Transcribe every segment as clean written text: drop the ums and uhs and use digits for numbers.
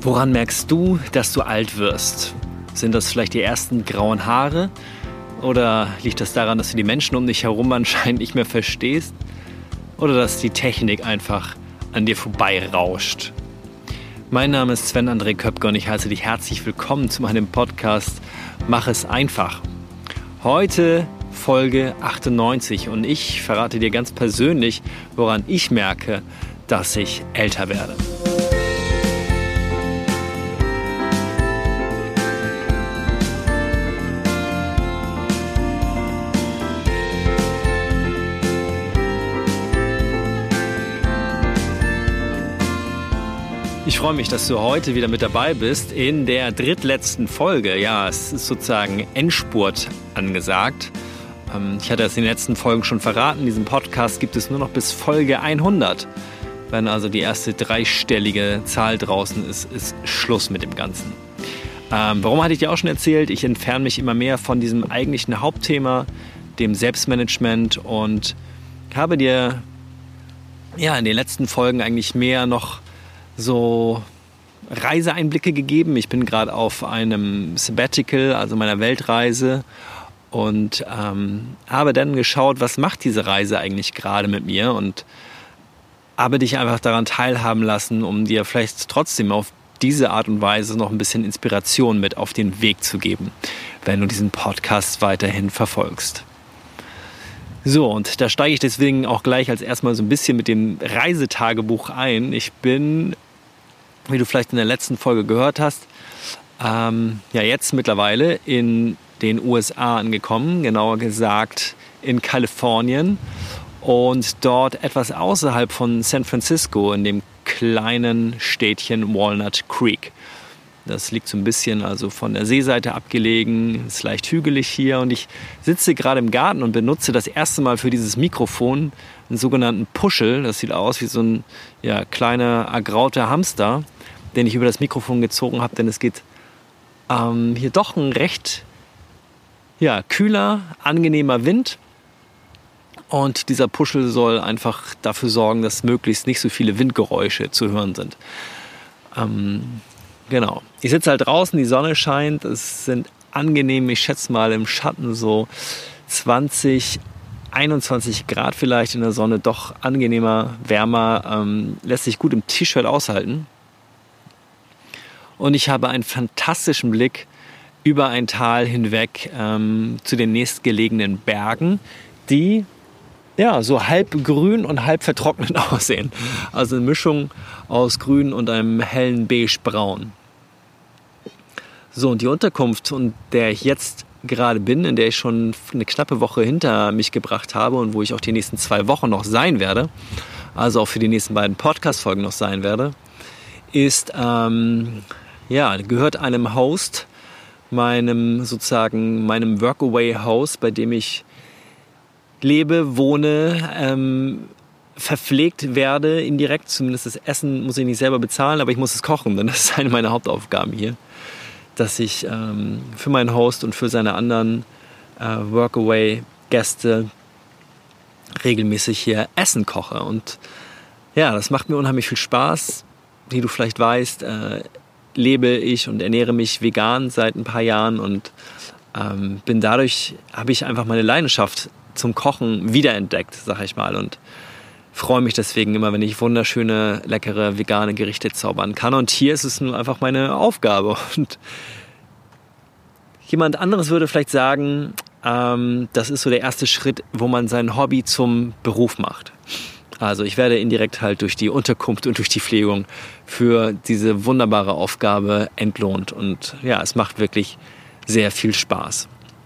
Woran merkst du, dass du alt wirst? Sind das vielleicht die ersten grauen Haare? Oder liegt das daran, dass du die Menschen um dich herum anscheinend nicht mehr verstehst? Oder dass die Technik einfach an dir vorbeirauscht? Mein Name ist Sven André Köpke und ich heiße dich herzlich willkommen zu meinem Podcast Mach es einfach. Heute Folge 98 und ich verrate dir ganz persönlich, woran ich merke, dass ich älter werde. Ich freue mich, dass du heute wieder mit dabei bist in der drittletzten Folge. Ja, es ist sozusagen Endspurt angesagt. Ich hatte das in den letzten Folgen schon verraten. Diesen Podcast gibt es nur noch bis Folge 100. Wenn also die erste dreistellige Zahl draußen ist, ist Schluss mit dem Ganzen. Warum hatte ich dir auch schon erzählt? Ich entferne mich immer mehr von diesem eigentlichen Hauptthema, dem Selbstmanagement, und habe dir in den letzten Folgen eigentlich mehr noch so Reiseeinblicke gegeben. Ich bin gerade auf einem Sabbatical, also meiner Weltreise, und habe dann geschaut, was macht diese Reise eigentlich gerade mit mir, und habe dich einfach daran teilhaben lassen, um dir vielleicht trotzdem auf diese Art und Weise noch ein bisschen Inspiration mit auf den Weg zu geben, wenn du diesen Podcast weiterhin verfolgst. So, und da steige ich deswegen auch gleich als erstmal so ein bisschen mit dem Reisetagebuch ein. Ich bin, wie du vielleicht in der letzten Folge gehört hast, jetzt mittlerweile in den USA angekommen, genauer gesagt in Kalifornien, und dort etwas außerhalb von San Francisco in dem kleinen Städtchen Walnut Creek. Das liegt so ein bisschen also von der Seeseite abgelegen, ist leicht hügelig hier, und ich sitze gerade im Garten und benutze das erste Mal für dieses Mikrofon einen sogenannten Puschel. Das sieht aus wie so ein kleiner ergrauter Hamster, den ich über das Mikrofon gezogen habe, denn es geht hier doch ein recht kühler, angenehmer Wind, und dieser Puschel soll einfach dafür sorgen, dass möglichst nicht so viele Windgeräusche zu hören sind. Genau. Ich sitze halt draußen, die Sonne scheint, es sind angenehm, ich schätze mal im Schatten so 20, 21 Grad vielleicht in der Sonne, doch angenehmer, wärmer, lässt sich gut im T-Shirt aushalten. Und ich habe einen fantastischen Blick über ein Tal hinweg zu den nächstgelegenen Bergen, die so halb grün und halb vertrocknet aussehen. Also eine Mischung aus grün und einem hellen beigebraun. So, und die Unterkunft, in der ich jetzt gerade bin, in der ich schon eine knappe Woche hinter mich gebracht habe und wo ich auch die nächsten 2 Wochen noch sein werde, also auch für die nächsten beiden Podcast-Folgen noch sein werde, ist, gehört einem Host, meinem Workaway-Haus, bei dem ich lebe, wohne, verpflegt werde indirekt. Zumindest das Essen muss ich nicht selber bezahlen, aber ich muss es kochen, denn das ist eine meiner Hauptaufgaben hier, dass ich für meinen Host und für seine anderen Workaway-Gäste regelmäßig hier Essen koche. Und das macht mir unheimlich viel Spaß. Wie du vielleicht weißt, lebe ich und ernähre mich vegan seit ein paar Jahren, und habe ich einfach meine Leidenschaft zum Kochen wiederentdeckt, sag ich mal, und freue mich deswegen immer, wenn ich wunderschöne, leckere, vegane Gerichte zaubern kann. Und hier ist es nur einfach meine Aufgabe. Und jemand anderes würde vielleicht sagen, das ist so der erste Schritt, wo man sein Hobby zum Beruf macht. Also ich werde indirekt halt durch die Unterkunft und durch die Pflegung für diese wunderbare Aufgabe entlohnt. Und es macht wirklich sehr viel Spaß.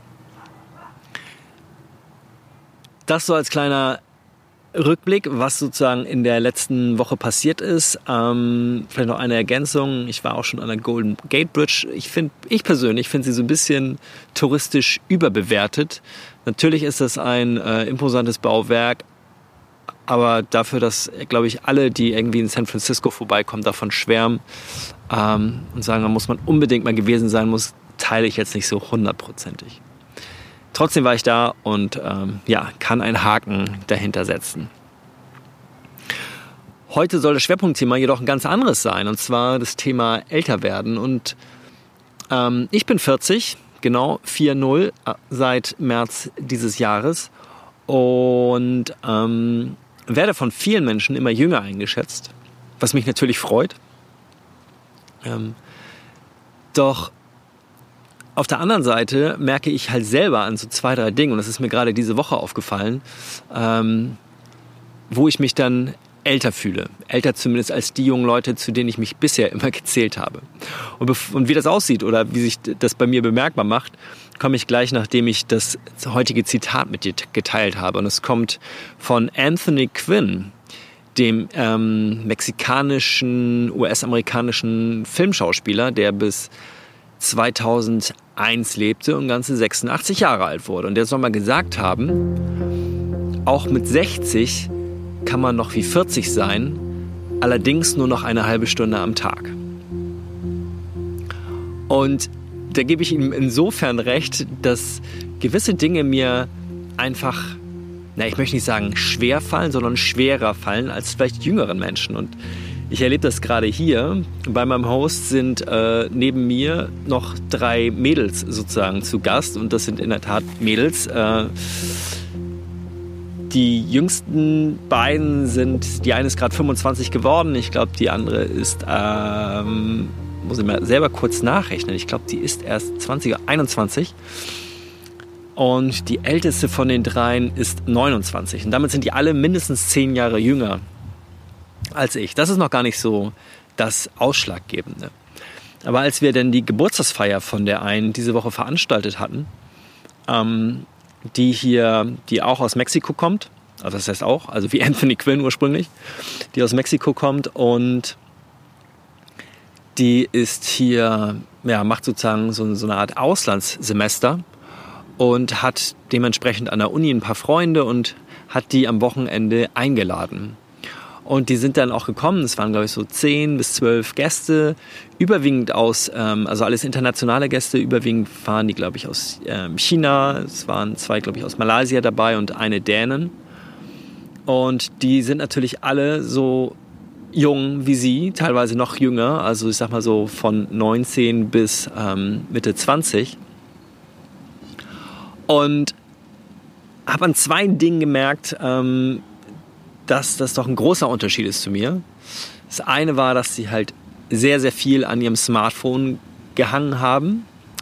Das so als kleiner Rückblick, was sozusagen in der letzten Woche passiert ist. Vielleicht noch eine Ergänzung. Ich war auch schon an der Golden Gate Bridge. Ich persönlich finde sie so ein bisschen touristisch überbewertet. Natürlich ist das ein imposantes Bauwerk, aber dafür, dass, glaube ich, alle, die irgendwie in San Francisco vorbeikommen, davon schwärmen und sagen, da muss man unbedingt mal gewesen sein muss, teile ich jetzt nicht so 100%ig. Trotzdem war ich da und kann einen Haken dahinter setzen. Heute soll das Schwerpunktthema jedoch ein ganz anderes sein, und zwar das Thema Älterwerden. Und ich bin 40, genau 4-0 seit März dieses Jahres und werde von vielen Menschen immer jünger eingeschätzt, was mich natürlich freut. Doch auf der anderen Seite merke ich halt selber an so 2, 3 Dingen, und das ist mir gerade diese Woche aufgefallen, wo ich mich dann älter fühle. Älter zumindest als die jungen Leute, zu denen ich mich bisher immer gezählt habe. Und wie das aussieht oder wie sich das bei mir bemerkbar macht, komme ich gleich, nachdem ich das heutige Zitat mit dir geteilt habe. Und es kommt von Anthony Quinn, dem mexikanischen, US-amerikanischen Filmschauspieler, der bis 2001 lebte und ganze 86 Jahre alt wurde. Und der soll mal gesagt haben, auch mit 60 kann man noch wie 40 sein, allerdings nur noch eine halbe Stunde am Tag. Und da gebe ich ihm insofern recht, dass gewisse Dinge mir einfach, ich möchte nicht sagen schwer fallen, sondern schwerer fallen als vielleicht jüngeren Menschen. Und ich erlebe das gerade hier. Bei meinem Host sind neben mir noch 3 Mädels sozusagen zu Gast. Und das sind in der Tat Mädels. Die jüngsten beiden sind, die eine ist gerade 25 geworden. Ich glaube, die andere ist, muss ich mal selber kurz nachrechnen. Ich glaube, die ist erst 21. Und die älteste von den 3 ist 29. Und damit sind die alle mindestens 10 Jahre jünger als ich. Das ist noch gar nicht so das Ausschlaggebende. Aber als wir dann die Geburtstagsfeier von der einen diese Woche veranstaltet hatten, die auch aus Mexiko kommt, also das heißt auch, also wie Anthony Quinn ursprünglich, die aus Mexiko kommt, und die ist hier, macht sozusagen so eine Art Auslandssemester und hat dementsprechend an der Uni ein paar Freunde und hat die am Wochenende eingeladen. Und die sind dann auch gekommen, es waren glaube ich so 10 bis 12 Gäste, überwiegend aus, also alles internationale Gäste, überwiegend waren die glaube ich aus China, es waren 2 glaube ich aus Malaysia dabei und eine Dänin. Und die sind natürlich alle so jung wie sie, teilweise noch jünger, also ich sag mal so von 19 bis Mitte 20. Und habe an 2 Dingen gemerkt, dass das doch ein großer Unterschied ist zu mir. Das eine war, dass sie halt sehr, sehr viel an ihrem Smartphone gehangen haben.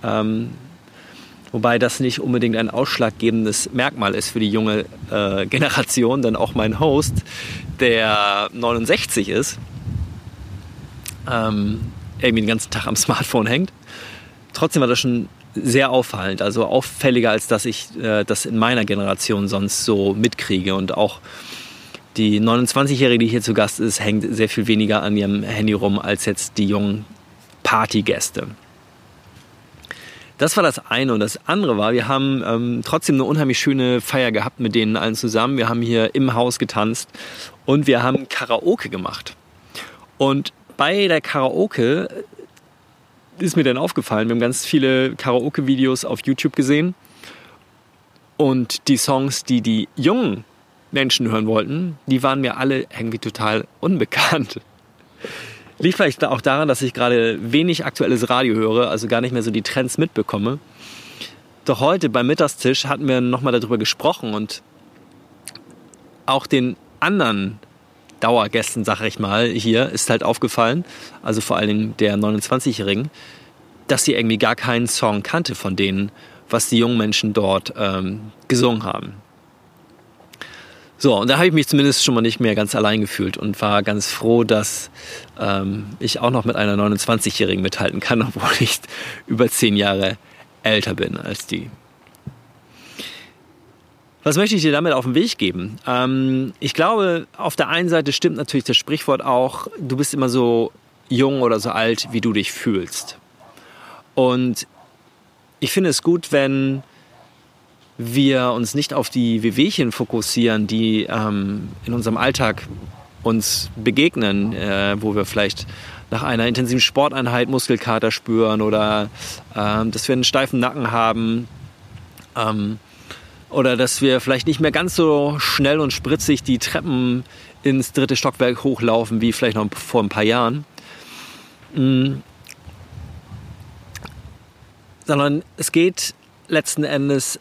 Wobei das nicht unbedingt ein ausschlaggebendes Merkmal ist für die junge Generation, denn auch mein Host, der 69 ist, irgendwie den ganzen Tag am Smartphone hängt. Trotzdem war das schon sehr auffallend, also auffälliger, als dass ich das in meiner Generation sonst so mitkriege. Und auch die 29-Jährige, die hier zu Gast ist, hängt sehr viel weniger an ihrem Handy rum als jetzt die jungen Partygäste. Das war das eine. Und das andere war, wir haben trotzdem eine unheimlich schöne Feier gehabt mit denen allen zusammen. Wir haben hier im Haus getanzt und wir haben Karaoke gemacht. Und bei der Karaoke ist mir dann aufgefallen, wir haben ganz viele Karaoke-Videos auf YouTube gesehen. Und die Songs, die die jungen Menschen hören wollten, die waren mir alle irgendwie total unbekannt. Liegt vielleicht auch daran, dass ich gerade wenig aktuelles Radio höre, also gar nicht mehr so die Trends mitbekomme. Doch heute beim Mittagstisch hatten wir nochmal darüber gesprochen und auch den anderen Dauergästen, sag ich mal, hier ist halt aufgefallen, also vor allen Dingen der 29-Jährigen, dass sie irgendwie gar keinen Song kannte von denen, was die jungen Menschen dort gesungen haben. So, und da habe ich mich zumindest schon mal nicht mehr ganz allein gefühlt und war ganz froh, dass ich auch noch mit einer 29-Jährigen mithalten kann, obwohl ich über 10 Jahre älter bin als die. Was möchte ich dir damit auf den Weg geben? Ich glaube, auf der einen Seite stimmt natürlich das Sprichwort auch, du bist immer so jung oder so alt, wie du dich fühlst. Und ich finde es gut, wenn wir uns nicht auf die Wehwehchen fokussieren, die in unserem Alltag uns begegnen, wo wir vielleicht nach einer intensiven Sporteinheit Muskelkater spüren oder dass wir einen steifen Nacken haben, Oder dass wir vielleicht nicht mehr ganz so schnell und spritzig die Treppen ins 3. Stockwerk hochlaufen, wie vielleicht noch vor ein paar Jahren. Sondern es geht letzten Endes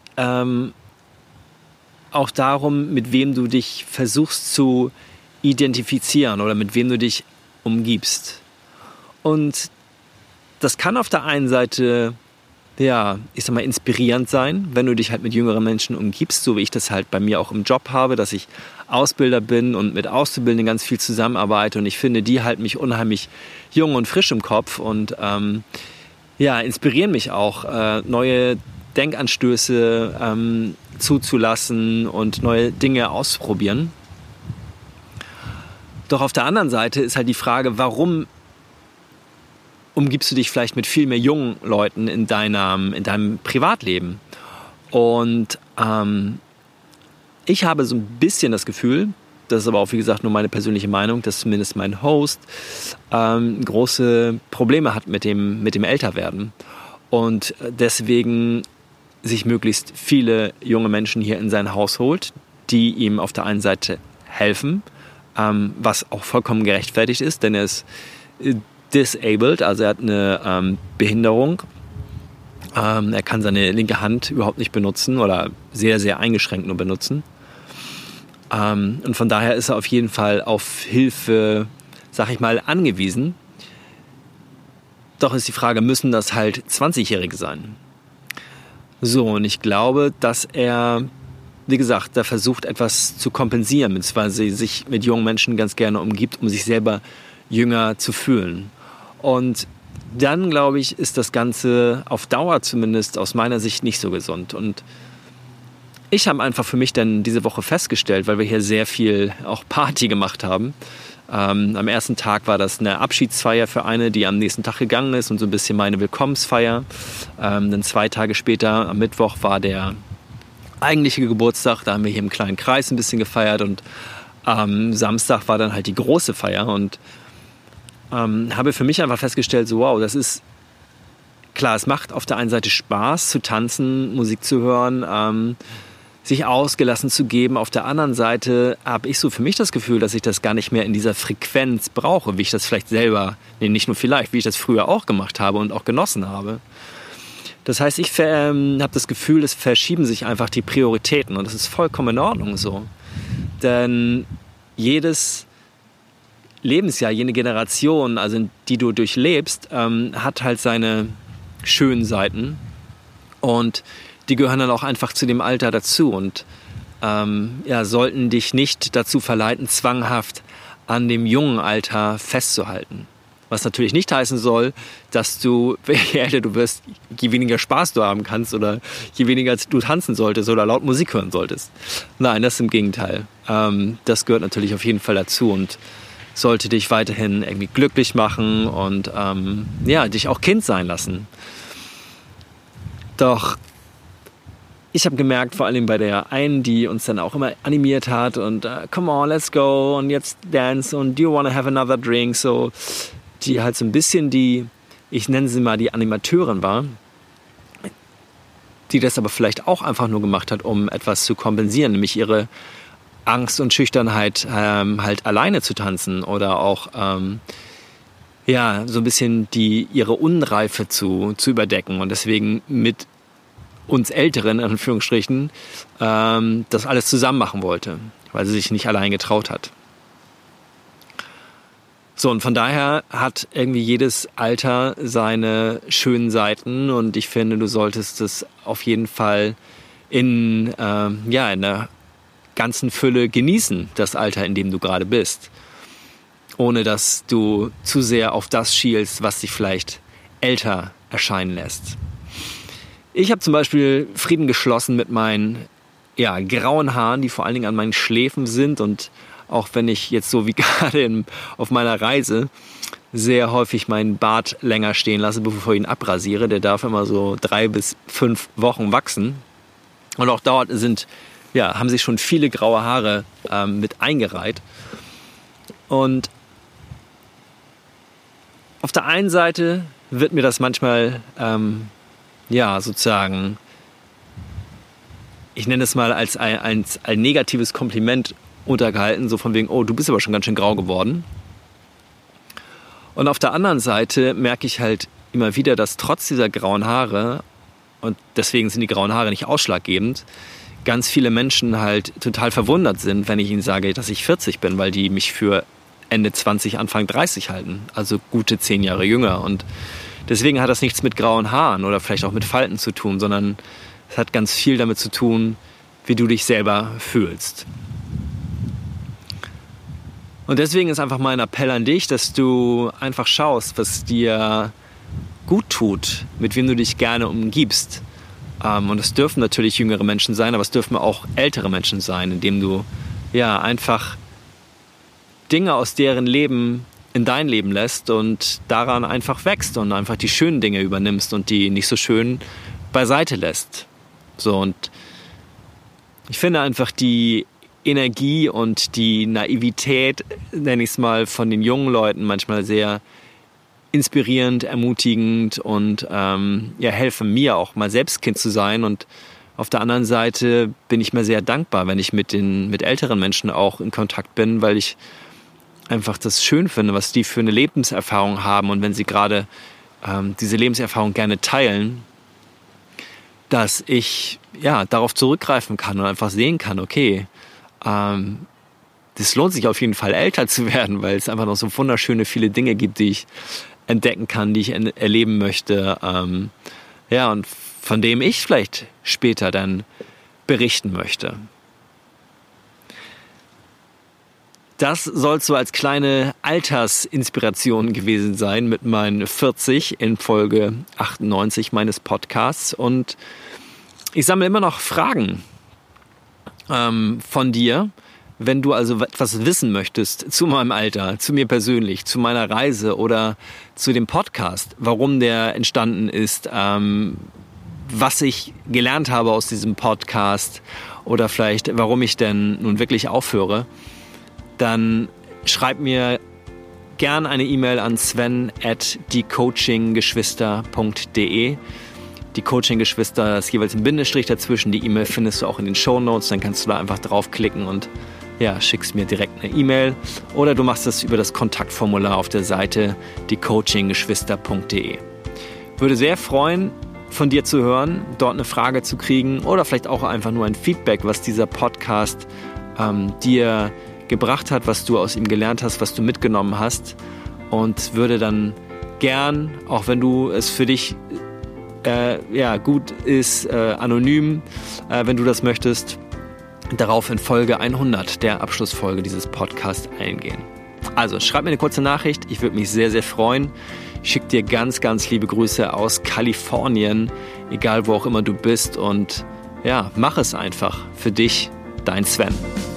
auch darum, mit wem du dich versuchst zu identifizieren oder mit wem du dich umgibst. Und das kann auf der einen Seite, ja, ich sag mal, inspirierend sein, wenn du dich halt mit jüngeren Menschen umgibst, so wie ich das halt bei mir auch im Job habe, dass ich Ausbilder bin und mit Auszubildenden ganz viel zusammenarbeite und ich finde, die halten mich unheimlich jung und frisch im Kopf und inspirieren mich auch, neue Denkanstöße zuzulassen und neue Dinge auszuprobieren. Doch auf der anderen Seite ist halt die Frage, warum umgibst du dich vielleicht mit viel mehr jungen Leuten in deinem Privatleben? Und ich habe so ein bisschen das Gefühl, das ist aber auch, wie gesagt, nur meine persönliche Meinung, dass zumindest mein Host große Probleme hat mit dem Älterwerden. Und deswegen sich möglichst viele junge Menschen hier in sein Haus holt, die ihm auf der einen Seite helfen, was auch vollkommen gerechtfertigt ist, denn er ist disabled, also er hat eine Behinderung. Er kann seine linke Hand überhaupt nicht benutzen oder sehr, sehr eingeschränkt nur benutzen. Und von daher ist er auf jeden Fall auf Hilfe, sag ich mal, angewiesen. Doch ist die Frage, müssen das halt 20-Jährige sein? So, und ich glaube, dass er, wie gesagt, da versucht, etwas zu kompensieren, beziehungsweise sich mit jungen Menschen ganz gerne umgibt, um sich selber jünger zu fühlen. Und dann, glaube ich, ist das Ganze auf Dauer zumindest aus meiner Sicht nicht so gesund. Und ich habe einfach für mich dann diese Woche festgestellt, weil wir hier sehr viel auch Party gemacht haben. Am ersten Tag war das eine Abschiedsfeier für eine, die am nächsten Tag gegangen ist und so ein bisschen meine Willkommensfeier. Dann 2 Tage später, am Mittwoch, war der eigentliche Geburtstag. Da haben wir hier im kleinen Kreis ein bisschen gefeiert und am Samstag war dann halt die große Feier und habe für mich einfach festgestellt, so wow, das ist klar, es macht auf der einen Seite Spaß zu tanzen, Musik zu hören, sich ausgelassen zu geben. Auf der anderen Seite habe ich so für mich das Gefühl, dass ich das gar nicht mehr in dieser Frequenz brauche, wie ich das vielleicht selber, nicht nur vielleicht, wie ich das früher auch gemacht habe und auch genossen habe. Das heißt, ich habe das Gefühl, es verschieben sich einfach die Prioritäten und das ist vollkommen in Ordnung so. Denn jedes Lebensjahr, jene Generation, also die du durchlebst, hat halt seine schönen Seiten und die gehören dann auch einfach zu dem Alter dazu und sollten dich nicht dazu verleiten, zwanghaft an dem jungen Alter festzuhalten. Was natürlich nicht heißen soll, dass du, je älter du wirst, je weniger Spaß du haben kannst oder je weniger du tanzen solltest oder laut Musik hören solltest. Nein, das ist im Gegenteil. Das gehört natürlich auf jeden Fall dazu und sollte dich weiterhin irgendwie glücklich machen und dich auch Kind sein lassen. Doch ich habe gemerkt, vor allem bei der einen, die uns dann auch immer animiert hat und come on, let's go und jetzt dance und do you wanna have another drink, so, die halt so ein bisschen ich nenne sie mal die Animateurin war, die das aber vielleicht auch einfach nur gemacht hat, um etwas zu kompensieren, nämlich ihre Angst und Schüchternheit halt alleine zu tanzen oder auch so ein bisschen ihre Unreife zu überdecken und deswegen mit uns Älteren, in Anführungsstrichen, das alles zusammen machen wollte, weil sie sich nicht allein getraut hat. So, und von daher hat irgendwie jedes Alter seine schönen Seiten und ich finde, du solltest es auf jeden Fall in der ganzen Fülle genießen, das Alter, in dem du gerade bist. Ohne dass du zu sehr auf das schielst, was dich vielleicht älter erscheinen lässt. Ich habe zum Beispiel Frieden geschlossen mit meinen grauen Haaren, die vor allen Dingen an meinen Schläfen sind. Und auch wenn ich jetzt so wie gerade auf meiner Reise sehr häufig meinen Bart länger stehen lasse, bevor ich ihn abrasiere, der darf immer so 3 bis 5 Wochen wachsen. Und auch dort haben sich schon viele graue Haare mit eingereiht. Und auf der einen Seite wird mir das manchmal sozusagen ich nenne es mal als ein negatives Kompliment untergehalten, so von wegen, oh, du bist aber schon ganz schön grau geworden. Und auf der anderen Seite merke ich halt immer wieder, dass trotz dieser grauen Haare, und deswegen sind die grauen Haare nicht ausschlaggebend, ganz viele Menschen halt total verwundert sind, wenn ich ihnen sage, dass ich 40 bin, weil die mich für Ende 20, Anfang 30 halten. Also gute 10 Jahre jünger. Und deswegen hat das nichts mit grauen Haaren oder vielleicht auch mit Falten zu tun, sondern es hat ganz viel damit zu tun, wie du dich selber fühlst. Und deswegen ist einfach mein Appell an dich, dass du einfach schaust, was dir gut tut, mit wem du dich gerne umgibst. Und es dürfen natürlich jüngere Menschen sein, aber es dürfen auch ältere Menschen sein, indem du einfach Dinge aus deren Leben in dein Leben lässt und daran einfach wächst und einfach die schönen Dinge übernimmst und die nicht so schönen beiseite lässt. So, und ich finde einfach die Energie und die Naivität, nenne ich es mal, von den jungen Leuten manchmal sehr inspirierend, ermutigend und helfen mir auch mal selbst Kind zu sein. Und auf der anderen Seite bin ich mir sehr dankbar, wenn ich mit älteren Menschen auch in Kontakt bin, weil ich einfach das schön finde, was die für eine Lebenserfahrung haben und wenn sie gerade diese Lebenserfahrung gerne teilen, dass ich darauf zurückgreifen kann und einfach sehen kann, okay, das lohnt sich auf jeden Fall älter zu werden, weil es einfach noch so wunderschöne viele Dinge gibt, die ich entdecken kann, die ich erleben möchte, und von dem ich vielleicht später dann berichten möchte. Das soll so als kleine Altersinspiration gewesen sein mit meinen 40 in Folge 98 meines Podcasts. Und ich sammle immer noch Fragen von dir, wenn du also etwas wissen möchtest zu meinem Alter, zu mir persönlich, zu meiner Reise oder zu dem Podcast, warum der entstanden ist, was ich gelernt habe aus diesem Podcast oder vielleicht warum ich denn nun wirklich aufhöre, dann schreib mir gern eine E-Mail an sven@diecoachinggeschwister.de. Die Coaching-Geschwister ist jeweils ein Bindestrich dazwischen. Die E-Mail findest du auch in den Shownotes. Dann kannst du da einfach draufklicken und schickst mir direkt eine E-Mail. Oder du machst das über das Kontaktformular auf der Seite diecoachinggeschwister.de. Würde sehr freuen, von dir zu hören, dort eine Frage zu kriegen oder vielleicht auch einfach nur ein Feedback, was dieser Podcast dir gebracht hat, was du aus ihm gelernt hast, was du mitgenommen hast, und würde dann gern, auch wenn du es für dich gut ist, anonym, wenn du das möchtest, darauf in Folge 100, der Abschlussfolge dieses Podcasts, eingehen. Also schreib mir eine kurze Nachricht, ich würde mich sehr, sehr freuen. Ich schicke dir ganz, ganz liebe Grüße aus Kalifornien, egal wo auch immer du bist, und mach es einfach für dich, dein Sven.